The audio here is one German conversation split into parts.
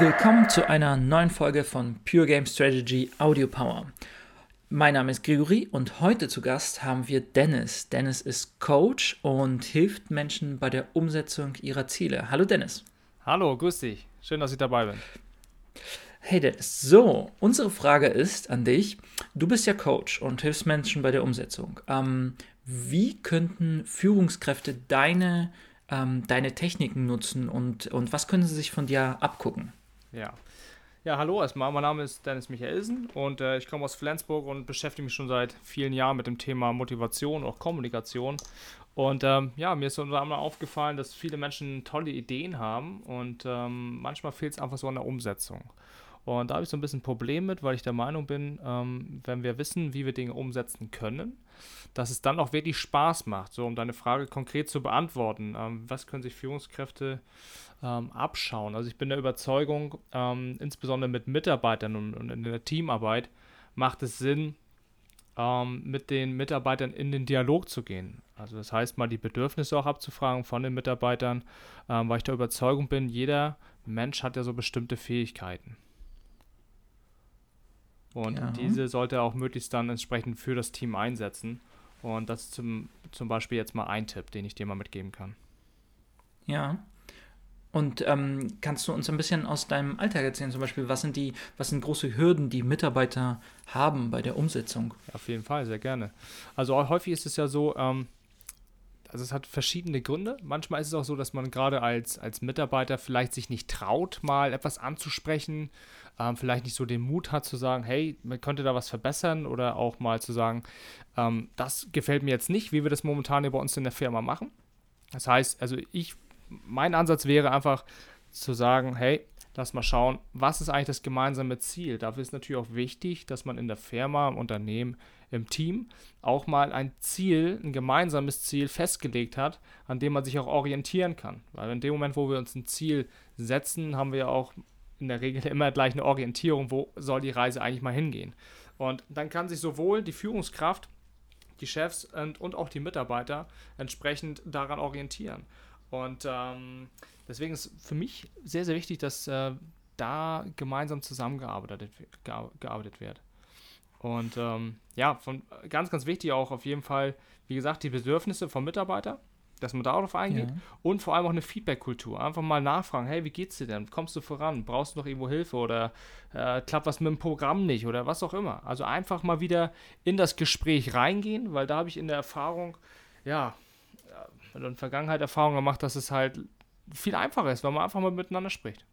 Willkommen zu einer neuen Folge von Pure Game Strategy Audio Power. Mein Name ist Gregory und heute zu Gast haben wir Dennis. Dennis ist Coach und hilft Menschen bei der Umsetzung ihrer Ziele. Hallo Dennis. Hallo, grüß dich. Schön, dass ich dabei bin. Hey Dennis, so, unsere Frage ist an dich. Du bist ja Coach und hilfst Menschen bei der Umsetzung. Wie könnten Führungskräfte deine Techniken nutzen und was können sie sich von dir abgucken? Ja. Ja, hallo erstmal. Mein Name ist Dennis Michaelsen und ich komme aus Flensburg und beschäftige mich schon seit vielen Jahren mit dem Thema Motivation und auch Kommunikation. Und ja, mir ist unter anderem aufgefallen, dass viele Menschen tolle Ideen haben und manchmal fehlt es einfach so an der Umsetzung. Und da habe ich so ein bisschen ein Problem mit, weil ich der Meinung bin, wenn wir wissen, wie wir Dinge umsetzen können, dass es dann auch wirklich Spaß macht. So, um deine Frage konkret zu beantworten, was können sich Führungskräfte abschauen? Also ich bin der Überzeugung, insbesondere mit Mitarbeitern und in der Teamarbeit macht es Sinn, mit den Mitarbeitern in den Dialog zu gehen. Also das heißt, mal die Bedürfnisse auch abzufragen von den Mitarbeitern, weil ich der Überzeugung bin, jeder Mensch hat ja so bestimmte Fähigkeiten. Und Ja, diese sollte er auch möglichst dann entsprechend für das Team einsetzen. Und das ist zum Beispiel jetzt mal ein Tipp, den ich dir mal mitgeben kann. ja. Und kannst du uns ein bisschen aus deinem Alltag erzählen? Zum Beispiel, was sind große Hürden, die Mitarbeiter haben bei der Umsetzung? Ja, auf jeden Fall, sehr gerne. Also häufig ist es ja so, also es hat verschiedene Gründe. Manchmal ist es auch so, dass man gerade als Mitarbeiter vielleicht sich nicht traut, mal etwas anzusprechen, vielleicht nicht so den Mut hat zu sagen, hey, man könnte da was verbessern oder auch mal zu sagen, das gefällt mir jetzt nicht, wie wir das momentan hier bei uns in der Firma machen. Das heißt, mein Ansatz wäre einfach zu sagen, hey, lass mal schauen, was ist eigentlich das gemeinsame Ziel? Dafür ist natürlich auch wichtig, dass man in der Firma, im Unternehmen, im Team auch mal ein gemeinsames Ziel festgelegt hat, an dem man sich auch orientieren kann. Weil in dem Moment, wo wir uns ein Ziel setzen, haben wir ja auch in der Regel immer gleich eine Orientierung, wo soll die Reise eigentlich mal hingehen. Und dann kann sich sowohl die Führungskraft, die Chefs und auch die Mitarbeiter entsprechend daran orientieren. Und deswegen ist für mich sehr, sehr wichtig, dass da gemeinsam gearbeitet wird. Und ja, ganz, ganz wichtig auch auf jeden Fall, wie gesagt, die Bedürfnisse vom Mitarbeiter, dass man darauf Ja. eingeht und vor allem auch eine Feedback-Kultur. Einfach mal nachfragen, hey, wie geht's dir denn? Kommst du voran? Brauchst du noch irgendwo Hilfe oder klappt was mit dem Programm nicht oder was auch immer. Also einfach mal wieder in das Gespräch reingehen, weil da habe ich in der Erfahrung, ja, in der Vergangenheit Erfahrung gemacht, dass es halt viel einfacher ist, weil man einfach mal miteinander spricht.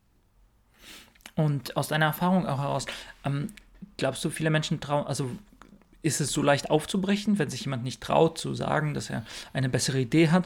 Und aus deiner Erfahrung auch heraus, glaubst du, viele Menschen trauen, also ist es so leicht aufzubrechen, wenn sich jemand nicht traut zu sagen, dass er eine bessere Idee hat,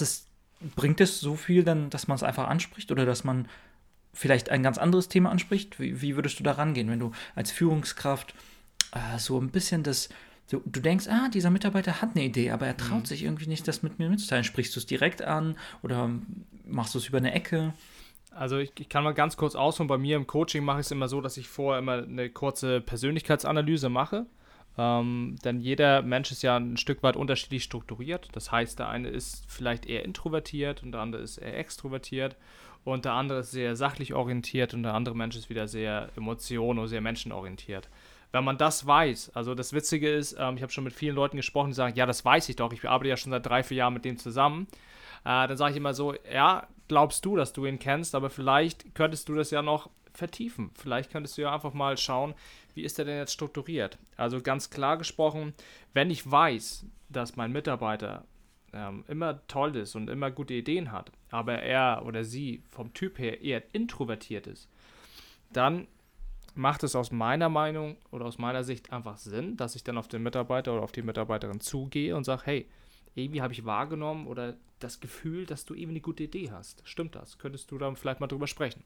bringt es so viel dann, dass man es einfach anspricht oder dass man vielleicht ein ganz anderes Thema anspricht? Wie würdest du da rangehen, wenn du als Führungskraft so ein bisschen du denkst, dieser Mitarbeiter hat eine Idee, aber er traut Mhm. sich irgendwie nicht, das mit mir mitzuteilen. Sprichst du es direkt an oder machst du es über eine Ecke? Also ich kann mal ganz kurz ausholen. Bei mir im Coaching mache ich es immer so, dass ich vorher immer eine kurze Persönlichkeitsanalyse mache. Denn jeder Mensch ist ja ein Stück weit unterschiedlich strukturiert. Das heißt, der eine ist vielleicht eher introvertiert und der andere ist eher extrovertiert und der andere ist sehr sachlich orientiert und der andere Mensch ist wieder sehr emotion- oder sehr menschenorientiert. Wenn man das weiß, also das Witzige ist, ich habe schon mit vielen Leuten gesprochen, die sagen, ja, das weiß ich doch, ich arbeite ja schon seit 3, 4 Jahren mit dem zusammen. Dann sage ich immer so, ja, glaubst du, dass du ihn kennst, aber vielleicht könntest du das ja noch vertiefen. Vielleicht könntest du ja einfach mal schauen, wie ist der denn jetzt strukturiert? Also ganz klar gesprochen, wenn ich weiß, dass mein Mitarbeiter immer toll ist und immer gute Ideen hat, aber er oder sie vom Typ her eher introvertiert ist, dann macht es aus meiner Meinung oder aus meiner Sicht einfach Sinn, dass ich dann auf den Mitarbeiter oder auf die Mitarbeiterin zugehe und sage, hey, irgendwie habe ich wahrgenommen oder das Gefühl, dass du eben eine gute Idee hast. Stimmt das? Könntest du da vielleicht mal drüber sprechen?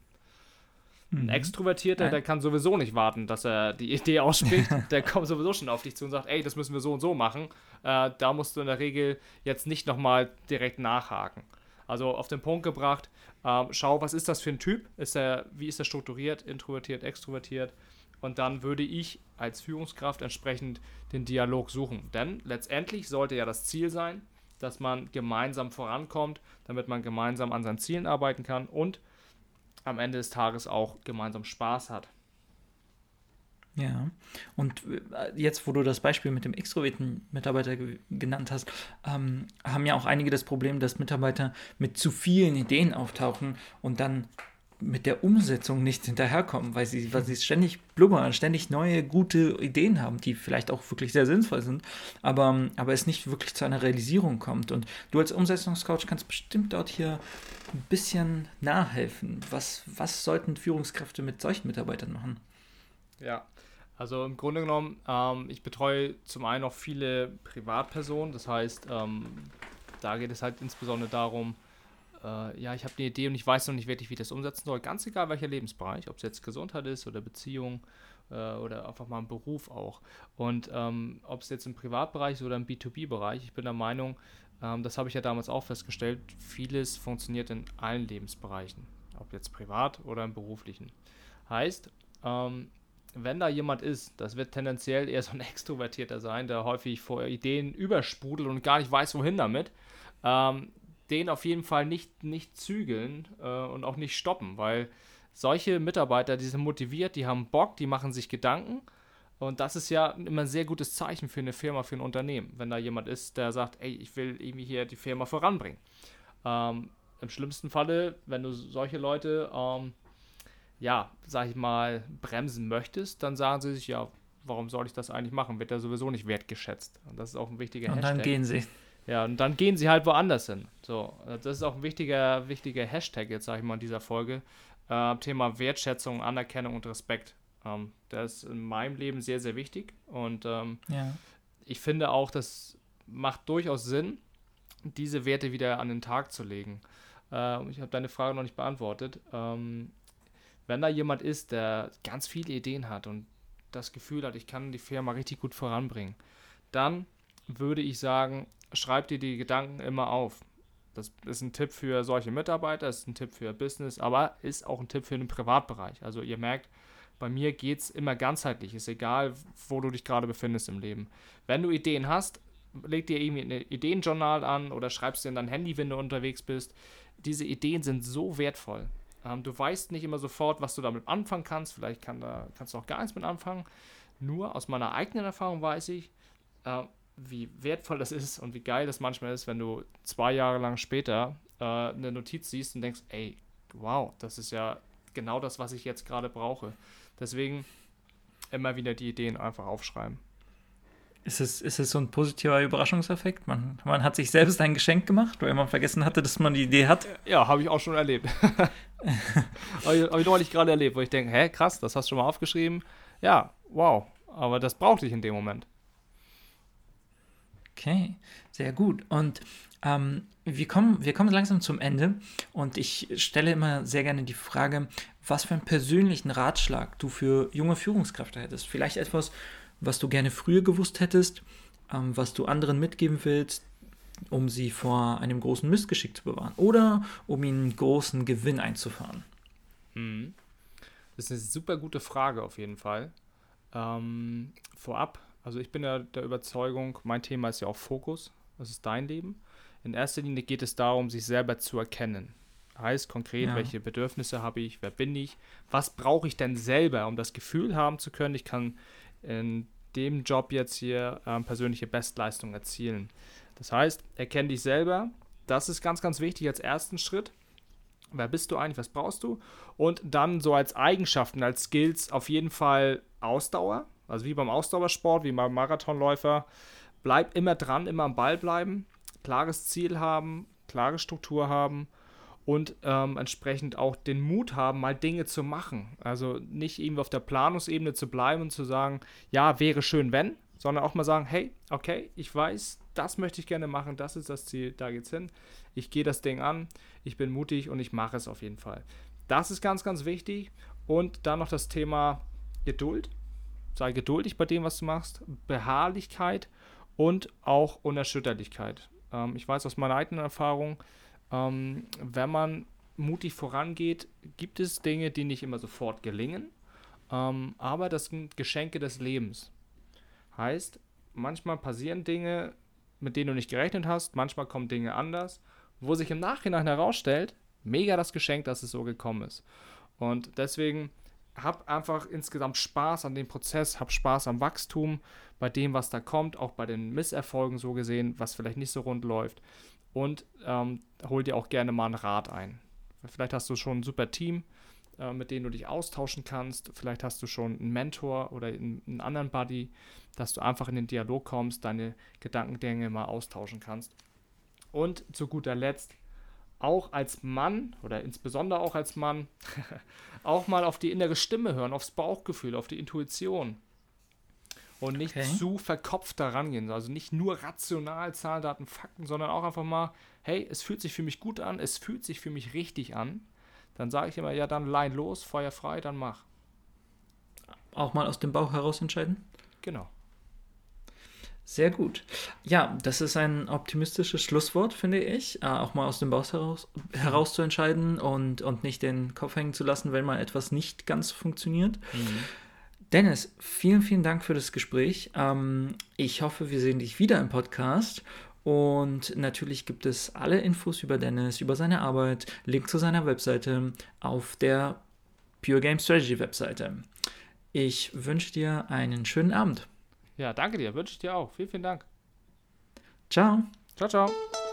Ein Mhm. Extrovertierter, der kann sowieso nicht warten, dass er die Idee ausspricht. Der kommt sowieso schon auf dich zu und sagt, ey, das müssen wir so und so machen. Da musst du in der Regel jetzt nicht nochmal direkt nachhaken. Also auf den Punkt gebracht, schau, was ist das für ein Typ? Wie ist er strukturiert? Introvertiert, extrovertiert? Und dann würde ich als Führungskraft entsprechend den Dialog suchen. Denn letztendlich sollte ja das Ziel sein, dass man gemeinsam vorankommt, damit man gemeinsam an seinen Zielen arbeiten kann und am Ende des Tages auch gemeinsam Spaß hat. Ja, und jetzt, wo du das Beispiel mit dem extrovertierten Mitarbeiter genannt hast, haben ja auch einige das Problem, dass Mitarbeiter mit zu vielen Ideen auftauchen und dann mit der Umsetzung nicht hinterherkommen, weil sie ständig blubbern, ständig neue, gute Ideen haben, die vielleicht auch wirklich sehr sinnvoll sind, aber es nicht wirklich zu einer Realisierung kommt. Und du als Umsetzungscoach kannst bestimmt dort hier ein bisschen nachhelfen. Was sollten Führungskräfte mit solchen Mitarbeitern machen? Ja, also im Grunde genommen, ich betreue zum einen auch viele Privatpersonen, das heißt, da geht es halt insbesondere darum, ja, ich habe eine Idee und ich weiß noch nicht wirklich, wie ich das umsetzen soll, ganz egal welcher Lebensbereich, ob es jetzt Gesundheit ist oder Beziehung oder einfach mal ein Beruf auch. Und ob es jetzt im Privatbereich ist oder im B2B-Bereich, ich bin der Meinung, das habe ich ja damals auch festgestellt, vieles funktioniert in allen Lebensbereichen, ob jetzt privat oder im beruflichen. Heißt, wenn da jemand ist, das wird tendenziell eher so ein Extrovertierter sein, der häufig vor Ideen übersprudelt und gar nicht weiß, wohin damit, den auf jeden Fall nicht zügeln und auch nicht stoppen, weil solche Mitarbeiter, die sind motiviert, die haben Bock, die machen sich Gedanken und das ist ja immer ein sehr gutes Zeichen für eine Firma, für ein Unternehmen, wenn da jemand ist, der sagt, ey, ich will irgendwie hier die Firma voranbringen. Im schlimmsten Falle, wenn du solche Leute ja, sag ich mal, bremsen möchtest, dann sagen sie sich, ja, warum soll ich das eigentlich machen? Wird ja sowieso nicht wertgeschätzt. Und das ist auch ein wichtiger Und dann Hashtag. gehen sie. Ja, und dann gehen sie halt woanders hin. So, das ist auch ein wichtiger Hashtag jetzt, sag ich mal, in dieser Folge. Thema Wertschätzung, Anerkennung und Respekt. Das ist in meinem Leben sehr, sehr wichtig. Und Ja. ich finde auch, das macht durchaus Sinn, diese Werte wieder an den Tag zu legen. Ich habe deine Frage noch nicht beantwortet. Wenn da jemand ist, der ganz viele Ideen hat und das Gefühl hat, ich kann die Firma richtig gut voranbringen, dann würde ich sagen, schreib dir die Gedanken immer auf. Das ist ein Tipp für solche Mitarbeiter, ist ein Tipp für Business, aber ist auch ein Tipp für den Privatbereich. Also ihr merkt, bei mir geht es immer ganzheitlich. Ist egal, wo du dich gerade befindest im Leben. Wenn du Ideen hast, leg dir irgendwie ein Ideenjournal an oder schreibst dir in dein Handy, wenn du unterwegs bist. Diese Ideen sind so wertvoll. Du weißt nicht immer sofort, was du damit anfangen kannst. Vielleicht kannst du auch gar nichts mit anfangen. Nur aus meiner eigenen Erfahrung weiß ich, wie wertvoll das ist und wie geil das manchmal ist, wenn du 2 Jahre lang später eine Notiz siehst und denkst, ey, wow, das ist ja genau das, was ich jetzt gerade brauche. Deswegen immer wieder die Ideen einfach aufschreiben. Ist es so ein positiver Überraschungseffekt? Man hat sich selbst ein Geschenk gemacht, weil man vergessen hatte, dass man die Idee hat. Ja, habe ich auch schon erlebt. Habe ich neulich gerade erlebt, wo ich denke, hä, krass, das hast du schon mal aufgeschrieben. Ja, wow, aber das brauchte ich in dem Moment. Okay, sehr gut. Und wir kommen langsam zum Ende und ich stelle immer sehr gerne die Frage, was für einen persönlichen Ratschlag du für junge Führungskräfte hättest. Vielleicht etwas, was du gerne früher gewusst hättest, was du anderen mitgeben willst, um sie vor einem großen Missgeschick zu bewahren oder um ihnen großen Gewinn einzufahren. Mhm. Das ist eine super gute Frage auf jeden Fall. Vorab, also ich bin ja der Überzeugung, mein Thema ist ja auch Fokus, das ist dein Leben. In erster Linie geht es darum, sich selber zu erkennen. Heißt konkret, Ja. welche Bedürfnisse habe ich, wer bin ich, was brauche ich denn selber, um das Gefühl haben zu können, ich kann in dem Job jetzt hier persönliche Bestleistung erzielen. Das heißt, erkenn dich selber, das ist ganz, ganz wichtig als ersten Schritt. Wer bist du eigentlich, was brauchst du? Und dann so als Eigenschaften, als Skills auf jeden Fall Ausdauer, also wie beim Ausdauersport, wie beim Marathonläufer. Bleib immer dran, immer am Ball bleiben, klares Ziel haben, klare Struktur haben und entsprechend auch den Mut haben, mal Dinge zu machen. Also nicht irgendwie auf der Planungsebene zu bleiben und zu sagen, ja, wäre schön, wenn, sondern auch mal sagen, hey, okay, ich weiß, das möchte ich gerne machen, das ist das Ziel, da geht's hin. Ich gehe das Ding an, ich bin mutig und ich mache es auf jeden Fall. Das ist ganz, ganz wichtig. Und dann noch das Thema Geduld. Sei geduldig bei dem, was du machst. Beharrlichkeit und auch Unerschütterlichkeit. Ich weiß aus meiner eigenen Erfahrung, wenn man mutig vorangeht, gibt es Dinge, die nicht immer sofort gelingen, aber das sind Geschenke des Lebens. Heißt, manchmal passieren Dinge, mit denen du nicht gerechnet hast, manchmal kommen Dinge anders, wo sich im Nachhinein herausstellt, mega das Geschenk, dass es so gekommen ist. Und deswegen hab einfach insgesamt Spaß an dem Prozess, hab Spaß am Wachstum, bei dem, was da kommt, auch bei den Misserfolgen so gesehen, was vielleicht nicht so rund läuft. Und hol dir auch gerne mal einen Rat ein. Vielleicht hast du schon ein super Team, mit denen du dich austauschen kannst. Vielleicht hast du schon einen Mentor oder einen anderen Buddy, dass du einfach in den Dialog kommst, deine Gedankengänge mal austauschen kannst. Und zu guter Letzt, auch als Mann oder insbesondere auch als Mann, auch mal auf die innere Stimme hören, aufs Bauchgefühl, auf die Intuition. Und nicht zu verkopft da rangehen. Also nicht nur rational, Zahlen, Daten, Fakten, sondern auch einfach mal, hey, es fühlt sich für mich gut an, es fühlt sich für mich richtig an. Dann sage ich immer, ja, dann Line los, Feuer frei, dann mach. Auch mal aus dem Bauch heraus entscheiden? Genau. Sehr gut. Ja, das ist ein optimistisches Schlusswort, finde ich. Auch mal aus dem Bauch heraus zu entscheiden und nicht den Kopf hängen zu lassen, wenn mal etwas nicht ganz funktioniert. Dennis, vielen, vielen Dank für das Gespräch. Ich hoffe, wir sehen dich wieder im Podcast. Und natürlich gibt es alle Infos über Dennis, über seine Arbeit, Link zu seiner Webseite auf der Pure Game Strategy Webseite. Ich wünsche dir einen schönen Abend. Ja, danke dir. Wünsche ich dir auch. Vielen, vielen Dank. Ciao. Ciao, ciao.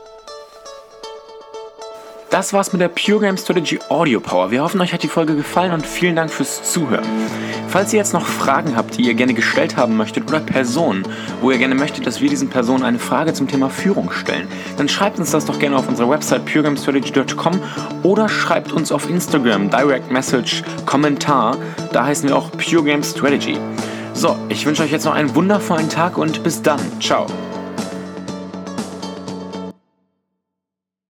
Das war's mit der Pure Game Strategy Audio Power. Wir hoffen, euch hat die Folge gefallen und vielen Dank fürs Zuhören. Falls ihr jetzt noch Fragen habt, die ihr gerne gestellt haben möchtet oder Personen, wo ihr gerne möchtet, dass wir diesen Personen eine Frage zum Thema Führung stellen, dann schreibt uns das doch gerne auf unserer Website puregamestrategy.com oder schreibt uns auf Instagram, Direct Message, Kommentar. Da heißen wir auch Pure Game Strategy. So, ich wünsche euch jetzt noch einen wundervollen Tag und bis dann. Ciao.